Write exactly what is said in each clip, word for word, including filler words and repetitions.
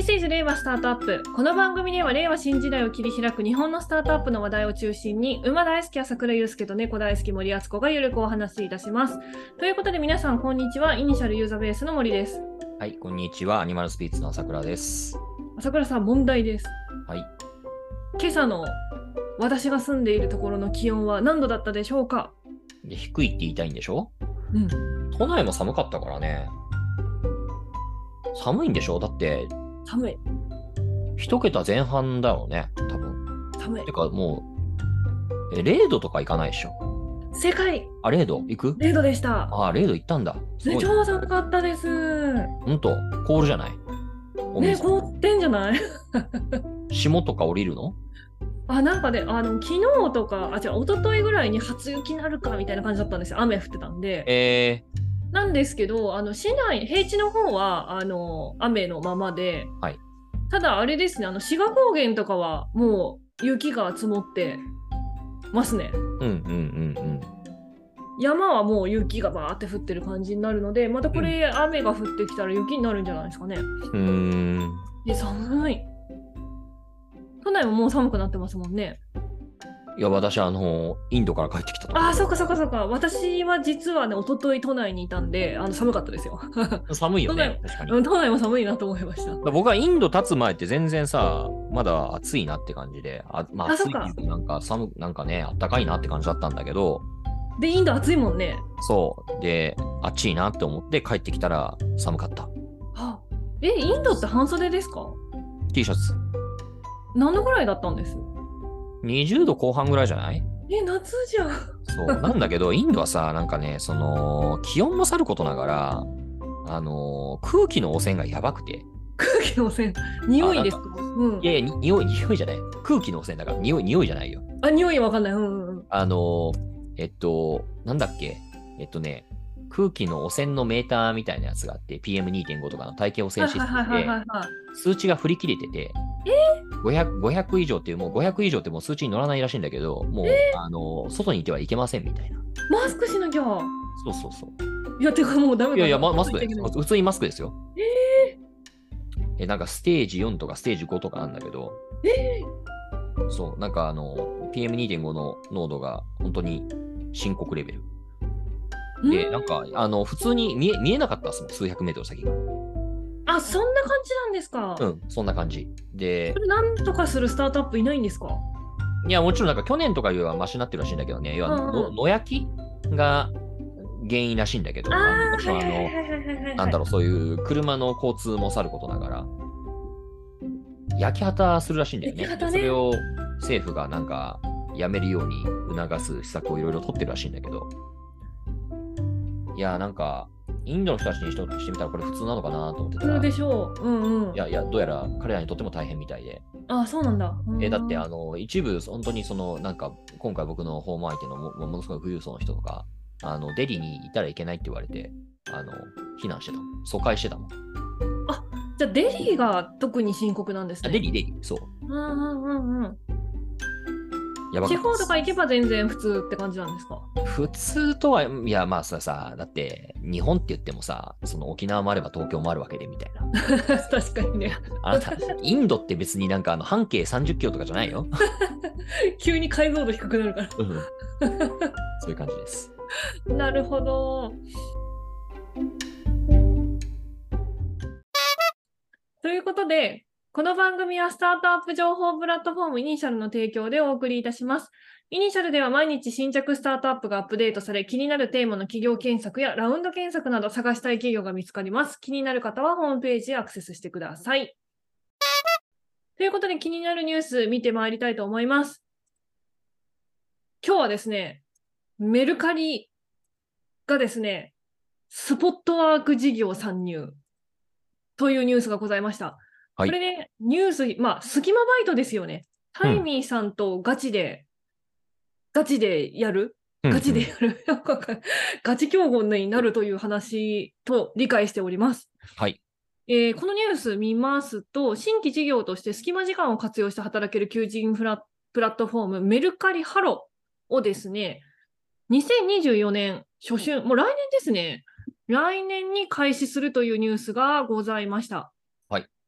This is 令和スタートアップ。この番組では令和新時代を切り開く日本のスタートアップの話題を中心に、馬大好き朝倉祐介と猫大好き森敦子がゆるくお話しいたします。ということで皆さんこんにちは。イニシャルユーザーベースの森です。 はい、こんにちは。アニマルスピーツの朝倉です。 朝倉さん、問題です。 はい。 今朝の私が住んでいるところの気温は何度だったでしょうか？ で、低いって言いたいんでしょ？ うん。 都内も寒かったからね。寒いんでしょ？だって、 寒い。 一桁前半だろうね、多分。 寒い。 てかもう、え、れいどとかいかないでしょ？ 正解。 あ、れいど行く？ れいどでした。 あ、れいど行ったんだ。すごい。 超寒かったです。 ほんと、凍るじゃない？ ね、凍ってんじゃない？ 霜とか降りるの？ あ、なんかね、あの昨日とか、あ、違う、一昨日ぐらいに初雪になるかみたいな感じだったんですよ。雨降ってたんで。 えー、なんですけど、あの市内、平地の方はあの雨のままで、 はい、 ただあれですね、あの志賀高原とかはもう雪が積もってますね。 うんうんうんうん。 山はもう雪がバーって降ってる感じになるので、またこれ、うん、雨が降ってきたら雪になるんじゃないですかね。 うーん。 で、寒い。都内ももう寒くなってますもんね。 いや、私、あの、インドから帰ってきたと。 ああ、そっかそっかそっか。私は実はね、一昨日都内にいたんで、あの寒かったですよ。 寒いよね、確かに。 都内も寒いなと思いました。 僕はインド立つ前って全然さ、まだ暑いなって感じで、あ、まあ、暑いけどなんか寒、なんかね、あったかいなって感じだったんだけど。 で、インド暑いもんね。 そう。で、暑いなって思って帰ってきたら寒かった。 はえ、インドって半袖ですか？ T シャツ。 何度ぐらいだったんです？ にじゅうどこう半ぐらいじゃない？ え、夏じゃん。 そう。なんだけど、インドはさ、なんかね、その、気温もさることながら、あのー、空気の汚染がやばくて。 空気の汚染？匂いですか？うん。 いやいや、匂い、匂いじゃない。空気の汚染だから、匂い、匂いじゃないよ。 あ、匂いわかんない。うんうん。 あのー、えっと、なんだっけ。えっとね、空気の汚染のメーターみたいなやつがあって、ピーエムにてんご とかの大気汚染システムで、数値が振り切れてて、 えー、 ごひゃく、ごひゃく以上っていう、もうごひゃく以上ってもう数値に乗らないらしいんだけど、もう、 えー、 あの、外にいてはいけませんみたいな。 マスクしなきゃ。 そうそうそう。 いや、てかもうダメだ。 いやいや、ま、マスクです。普通にマスクですよ。 えー、え、なんかステージよんとかステージごとかなんだけど、 えー、そう、なんかあの、ピーエムにてんご の濃度が本当に深刻レベル。で、なんか、あの、普通に見え、見えなかったっすもん、数百メートル先が。 あ、そんな感じなんですか？ うん、そんな感じ。で、 それなんとかするスタートアップいないんですか？ いや、もちろんなんか去年とかよりはマシになってるらしいんだけどね、要はの野焼きが原因らしいんだけど、あのもちろんあの、なんだろう、そういう車の交通もさることながら、焼き畑するらしいんだよね。ね、それを政府がなんかやめるように促す施策をいろいろ取ってるらしいんだけど、いや、なんか、インドの人たちにしてみたらこれ普通なのかなと思ってたら。 普通でしょう。うんうん。 いやいや、どうやら彼らにとっても大変みたいで。 あ、そうなんだ。 え、だって、あの、一部、本当にその、なんか、今回僕のホーム相手のもものすごい富裕層の人とか、あの、デリにいたらいけないって言われて、あの、避難してたもん。疎開してたもん。 あ、じゃあデリが特に深刻なんですね。 あ、デリ、デリ、そう。 うんうんうんうん。 やばかったです。 地方とか行けば全然普通って感じなんですか？ 普通とは、いや、まあさ、さ、だって、日本って言ってもさ、その沖縄もあれば東京もあるわけでみたいな。 確かにね。 あなた、インドって別になんかあの半径さんじゅっキロとかじゃないよ。 急に解像度低くなるから。 うん、そういう感じです。 なるほど。ということで、この番組はスタートアップ情報プラットフォームイニシャルの提供でお送りいたします。イニシャルでは毎日新着スタートアップがアップデートされ、気になるテーマの企業検索やラウンド検索など探したい企業が見つかります。気になる方はホームページへアクセスしてください。ということで気になるニュース見てまいりたいと思います。今日はですね、メルカリがですね、スポットワーク事業参入というニュースがございました。はい、これね、ニュース、まあ、隙間バイトですよね。タイミーさんとガチで、うん、ガチでやるガチでやる、うんうん、ガチ競合になるという話と理解しております。 はい。 えー、このニュース見ますと、新規事業として隙間時間を活用して働ける求人プラプラットフォーム、メルカリハロをですね、にせんにじゅうよねん初春、もう来年ですね、来年に開始するというニュースがございました。 はい。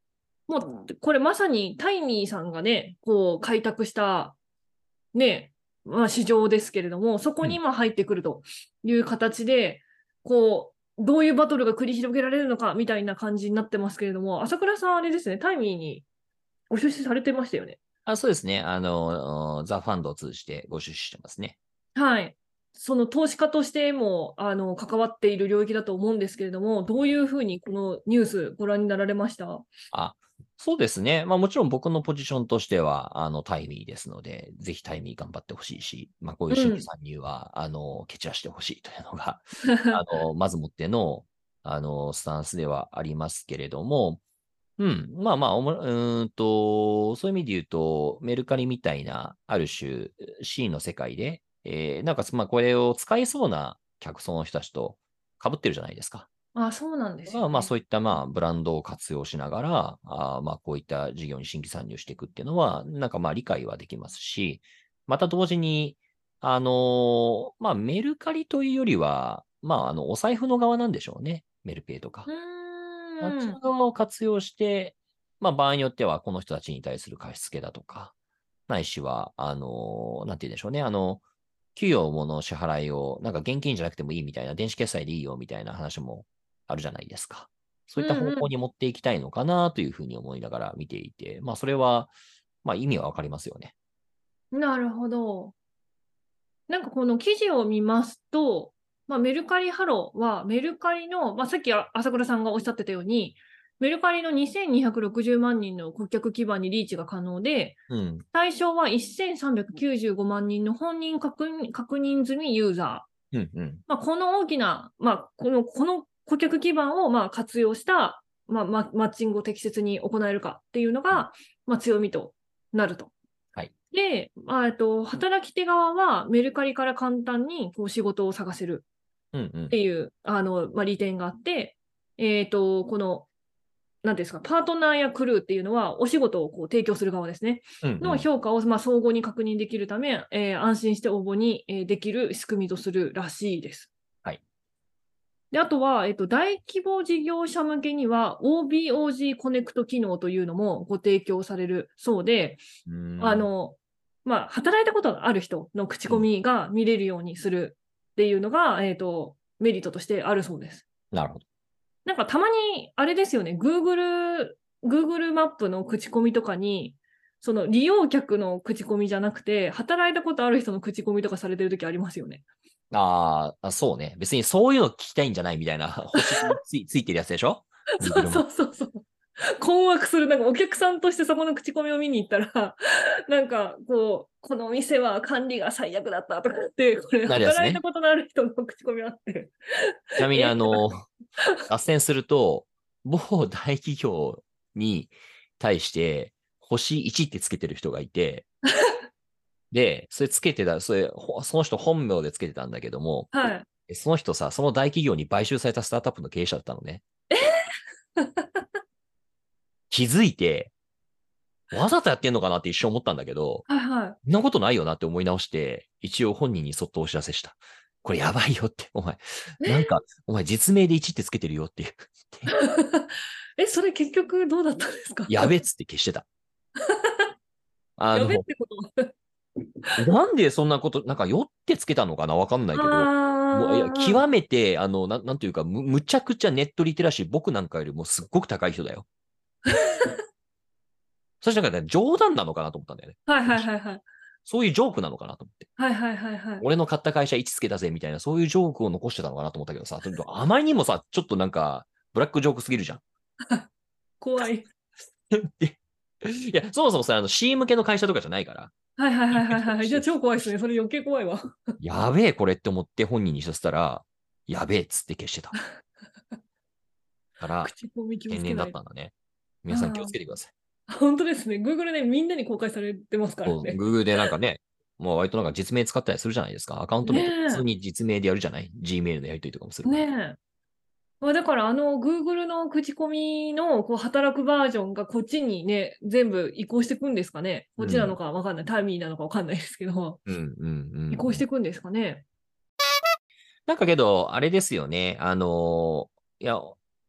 もう、これまさにタイミーさんがね、こう、開拓した、ね、まあ、市場ですけれども、そこに今入ってくるという形で、うん、こう、どういうバトルが繰り広げられるのかみたいな感じになってますけれども、朝倉さん、あれですね、タイミーにご出資されてましたよね。 あ、そうですね。あの、ザ・ファンドを通じてご出資してますね。 はい。その投資家としてもあの関わっている領域だと思うんですけれども、どういうふうにこのニュースご覧になられました？ あ、そうですね。まあもちろん僕のポジションとしては、あの、タイミーですので、ぜひタイミー頑張ってほしいし、まあこういう新規参入は、うん、あの、蹴散らしてほしいというのが、あの、まずもっての、あの、スタンスではありますけれども、うん。まあまあ、おもうーんと、そういう意味で言うと、メルカリみたいな、ある種、シーンの世界で、えー、なんか、まあ、これを使いそうな客層の人たちと被ってるじゃないですか。 あ、そうなんですよね。 まあ、そういった、まあ、ブランドを活用しながら、あまあ、こういった事業に新規参入していくっていうのは、なんかまあ、理解はできますし、また同時に、あのまあ、メルカリというよりは、まあ、あの、お財布の側なんでしょうね。メルペイとか。あっちの側を活用して、まあ場合によってはこの人たちに対する貸し付けだとか、ないしは、あの、なんて言うんでしょうね。あの、給与もの支払いを、なんか現金じゃなくてもいいみたいな、電子決済でいいよみたいな話もあるじゃないですか。そういった方向に持っていきたいのかなというふうに思いながら見ていて、うんうん、まあそれは、まあ意味はわかりますよね。 なるほど。なんかこの記事を見ますと、まあ、メルカリハローはメルカリの、まあ、さっき朝倉さんがおっしゃってたように、メルカリのにせんにひゃくろくじゅうまん人の顧客基盤にリーチが可能で、うん、対象はせんさんびゃくきゅうじゅうごまん人の本人確認確認済みユーザー。うんうんまあ、この大きな、まあ、このこの顧客基盤をまあ活用した、まあ、マッチングを適切に行えるかっていうのが、まあ、強みとなると。で、あと働き手側はメルカリから簡単にこう仕事を探せるっていう、うんうん、あのまあ、利点があって、えーと、この何ですか、パートナーやクルーっていうのはお仕事をこう提供する側ですね、うんうん、の評価をまあ相互に確認できるため、えー、安心して応募にできる仕組みとするらしいです。はい。であとは、えっと、大規模事業者向けには オービーオージー コネクト機能というのもご提供されるそうで、あの、まあ、働いたことがある人の口コミが見れるようにするっていうのが、うん、えっと、メリットとしてあるそうです。 なるほど。 なんかたまに、あれですよね、Google、Google マップの口コミとかに、その利用客の口コミじゃなくて、働いたことある人の口コミとかされてるときありますよね。 ああ、そうね。別にそういうの聞きたいんじゃないみたいな、星についてるやつでしょそうそうそうそう。困惑する。なんかお客さんとしてそこの口コミを見に行ったら、なんかこう、この店は管理が最悪だったとかって、これ働いたことのある人の口コミあって。 ちなみにあの、脱線すると、某大企業に対して星いちってつけてる人がいて、で、それつけてた、それ、その人本名でつけてたんだけども、はい、その人さ、その大企業に買収されたスタートアップの経営者だったのね。え気づいて、わざとやってんのかなって一瞬思ったんだけど、はいはい。そんなことないよなって思い直して、一応本人にそっとお知らせした。これやばいよって、お前、なんか、お前実名でいちってつけてるよっていう。 え、それ結局どうだったんですか？ やべっつって消してた。 あの、やべってことなんでそんなこと、なんか酔ってつけたのかなわかんないけど、もういや極めて、あの、ななんていうかむ、むちゃくちゃネットリテラシー、僕なんかよりもすっごく高い人だよ。そしたら、ね、冗談なのかなと思ったんだよね。 はいはいはいはい。 そういうジョークなのかなと思って。 はいはいはいはい。 俺の買った会社いちつけたぜみたいな、そういうジョークを残してたのかなと思ったけどさ、あまりにもさ、ちょっとなんか、ブラックジョークすぎるじゃん。 怖い。 いや、そもそもさ、あの C 向けの会社とかじゃないから。 はいはいはいはいはい。じゃあ超怖いですね。それ余計怖いわ。 やべえ、これって思って本人にさせたら、やべえっつって消してた。から、天然だったんだね。皆さん気をつけてください。 本当ですね。Google でみんなに公開されてますからね。 Google でなんかね、もう割となんか実名使ったりするじゃないですか。アカウント名と普通に実名でやるじゃない、?Gmail のやり取りとかもするから。 ねえ。まあ、だからあの Google の口コミのこう働くバージョンがこっちにね、全部移行していくんですかね。こっちなのかわかんない。うん、タイミーなのかわかんないですけど。うんうんうん、移行していくんですかね。 なんかけど、あれですよね。あの、いや、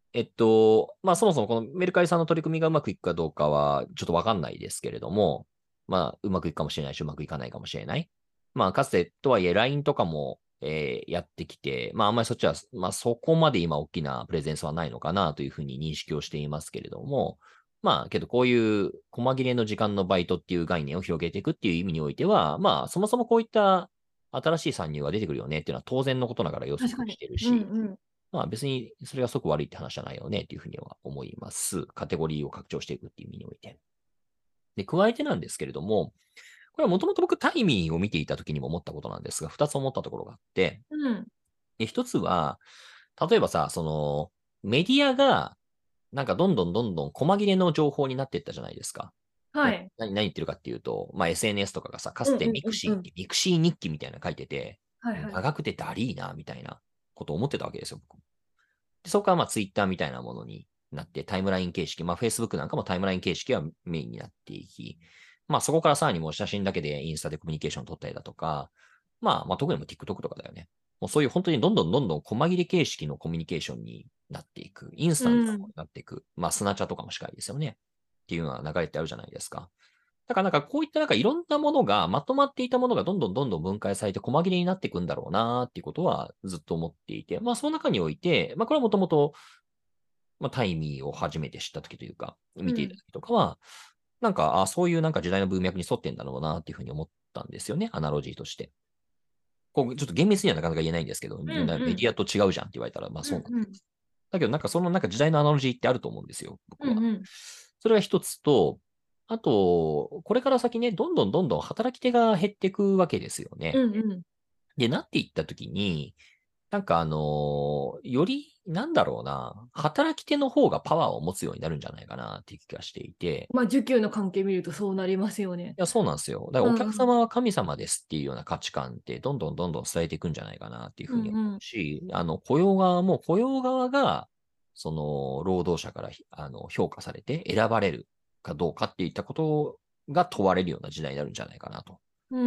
えっと、まあそもそもこのメルカリさんの取り組みがうまくいくかどうかはちょっとわかんないですけれども、まあうまくいくかもしれないし、うまくいかないかもしれない。まあかつてとはいえ ライン とかも、えーやってきて、まああんまりそっちは、まあそこまで今大きなプレゼンスはないのかなというふうに認識をしていますけれども、まあけどこういう細切れの時間のバイトっていう概念を広げていくっていう意味においては、まあそもそもこういった新しい参入が出てくるよねっていうのは当然のことながら予測確かに。 してるし、 うんうん。 まあ別にそれがすごく悪いって話じゃないよねっていうふうには思います。カテゴリーを拡張していくっていう意味において。で、加えてなんですけれども、これはもともと僕タイミーを見ていた時にも思ったことなんですが、二つ思ったところがあって、 うん。 で一つは、例えばさ、その、メディアが、なんかどんどんどんどん細切れの情報になっていったじゃないですか。 はい。 何、何言ってるかっていうと、まあ エスエヌエス とかがさ、かうんうんつてミクうんうん。 シーって、ミクシー日記みたいなの書いてて、 はいはい。 長くてダリーな、みたいなことを思ってたわけですよ、僕。でそこからまあツイッターみたいなものになって、タイムライン形式、まあ Facebook なんかもタイムライン形式はメインになっていき、まあそこからさらにもう写真だけでインスタでコミュニケーション取ったりだとか、まあまあ特にも TikTok とかだよね。もうそういう本当にどんどんどんどん細切れ形式のコミュニケーションになっていく。インスタントにうん。 なっていく。まあスナチャとかもしかりですよね。っていうような流れってあるじゃないですか。だからなんかこういったなんかいろんなものがまとまっていたものがどんどんどんどん分解されて細切れになっていくんだろうなっていうことはずっと思っていて、まあその中において、まあこれはもともとまあ、タイミーを初めて知った時というか、見ていたうん。 時とかは、なんか、あそういうなんか時代の文脈に沿ってんだろうなっていうふうに思ったんですよね、アナロジーとして。こう、ちょっと厳密にはなかなか言えないんですけど、 うんメうん。 ディアと違うじゃんって言われたら、まあそうなんです。 うんうん。 だけどなんかそのなんか時代のアナロジーってあると思うんですよ、僕は。 うんうん。 それが一つと、あと、これから先ね、どんどんどんどん働き手が減っていくわけですよね。 うんうん。 で、なっていった時に、なんかあのーより、なんだろうな、働き手の方がパワーを持つようになるんじゃないかなっていう気がしていて、 まあ、需給の関係見るとそうなりますよね。 いや、そうなんですよ。だからお客うんうん。 様は神様ですっていうような価値観ってどんどんどんどん伝えていくんじゃないかなっていうふうに思うんうん。 うし、あの、雇用側も雇用側が、その、労働者からあの評価されて選ばれるかどうかっていったことが問われるような時代になるんじゃないかなと。こうん。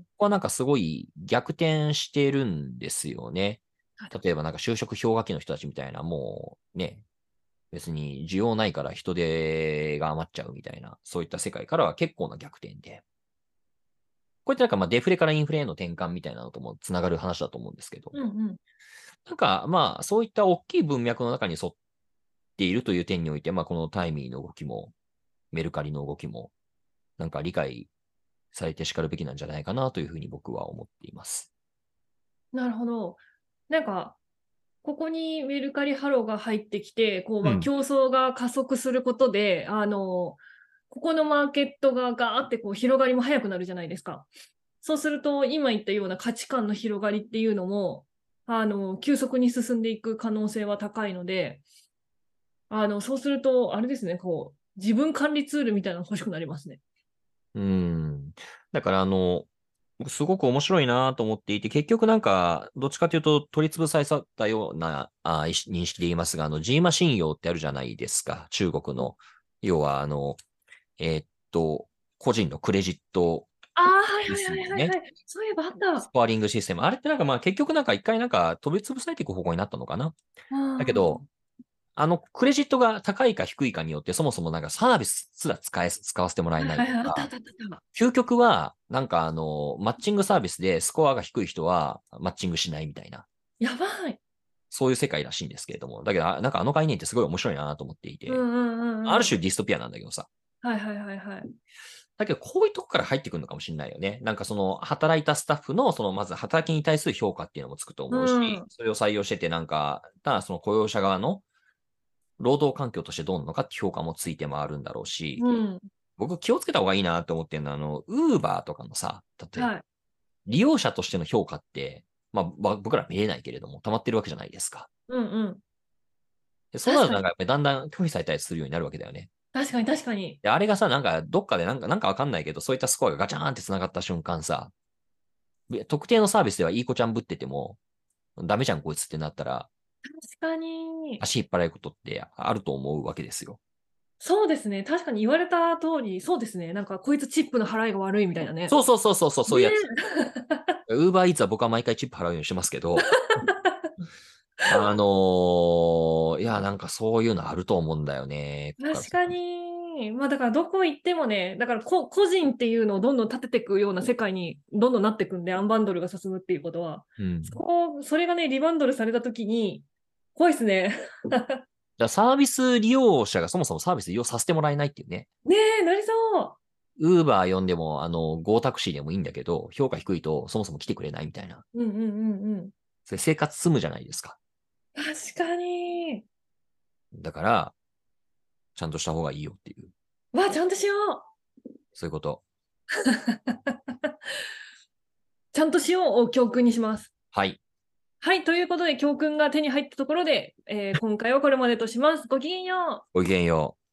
こはなんかすごい逆転してるんですよね。例えばなんか就職氷河期の人たちみたいな、もうね、別に需要ないから人手が余っちゃうみたいな、そういった世界からは結構な逆転で。こういったなんかまあデフレからインフレへの転換みたいなのともつながる話だと思うんですけど、 うんうん。 なんかまあそういった大きい文脈の中に沿っているという点において、まあこのタイミーの動きも、メルカリの動きも、なんか理解されて叱るべきなんじゃないかなというふうに僕は思っています。 なるほど。なんか、ここにメルカリハローが入ってきて、こう、まあ、 うん。 競争が加速することで、あの、ここのマーケットがガーってこう広がりも早くなるじゃないですか。そうすると、今言ったような価値観の広がりっていうのも、あの、急速に進んでいく可能性は高いので、あの、そうすると、あれですね、こう、自分管理ツールみたいなの欲しくなりますね。 うん。だからあの、僕すごく面白いなと思っていて、結局なんか、どっちかというと取り潰されさったようなあ意識認識で言いますが、あの、ジーマ信用ってあるじゃないですか。中国の。要は、あの、えーっと、個人のクレジットああ、はいシはいはステムね。 いはいはい。そういえばあった。 スコアリングシステム。あれってなんかまあ結局なんか一回なんか飛び潰されていく方向になったのかな。 あだけど、 あ、 あの、クレジットが高いか低いかによって、そもそもなんかサービスすら使え、使わせてもらえないはいはいはい、あったあっとか、 たあったあっ究極は、なんかあの、マッチングサービスでスコアが低い人はマッチングしないみたいな、 た。やばい。 そういう世界らしいんですけれども、だけど、あなんかあの概念ってすごい面白いなと思っていて、 うんうんうんうん。 ある種ディストピアなんだけどさ、 はいはいはいはい。 だけどこういうとこから入ってくるのかもしれないよね。なんかその、働いたスタッフの、その、まず働きに対する評価っていうのもつくとう思うし、 ん。 それを採用してて、なんか、ただその雇用者側の労働環境としてどうなのかって評価もついて回るんだろうし、 うん。 僕気をつけた方がいいなって思ってるのは、あの、ウーバーとかのさ、例えば、 はい。 利用者としての評価って、まあ、ば僕ら見えないけれども、溜まってるわけじゃないですか。 うんうん。 でそうなると、なん確かに。 かやっぱりだんだん拒否されたりするようになるわけだよね。 確かに確かに。 で、あれがさ、なんか、どっかでなんか、なんかわかんないけど、そういったスコアがガチャーンって繋がった瞬間さ、特定のサービスではいい子ちゃんぶってても、ダメじゃんこいつってなったら、 確かに。 足引っ張られることってあると思うわけですよ。 そうですね。確かに言われた通り、そうですね。なんか、こいつチップの払いが悪いみたいなね。 そうそうそうそうそう、そうねえ。 いうやつ。ウーバーイーツは僕は毎回チップ払うようにしてますけど、 あのー、いや、なんかそういうのあると思うんだよね。 確かに。まあだからどこ行ってもね、だからこ個人っていうのをどんどん立てていくような世界にどんどんなっていくんで、アンバンドルが進むっていうことは。 うん。 そこ、それがね、リバンドルされたときに、怖いっすね。 だサービス利用者がそもそもサービス利用させてもらえないっていうね。 ねえ、なりそウーバー呼んでも、あの、ゴータクシーでもいいんだけど、評価低いとそもそも来てくれないみたいな。 う。うんうんうんうん。 それ生活済むじゃないですか。 確かに。 だから、ちゃんとした方がいいよっていう、 わあ、ちゃんとしよう。 そういうこと。 ちゃんとしようを教訓にします。 はい。 はい、ということで教訓が手に入ったところで、えー今回はこれまでとします。ごきげんよう。 ごきげんよう。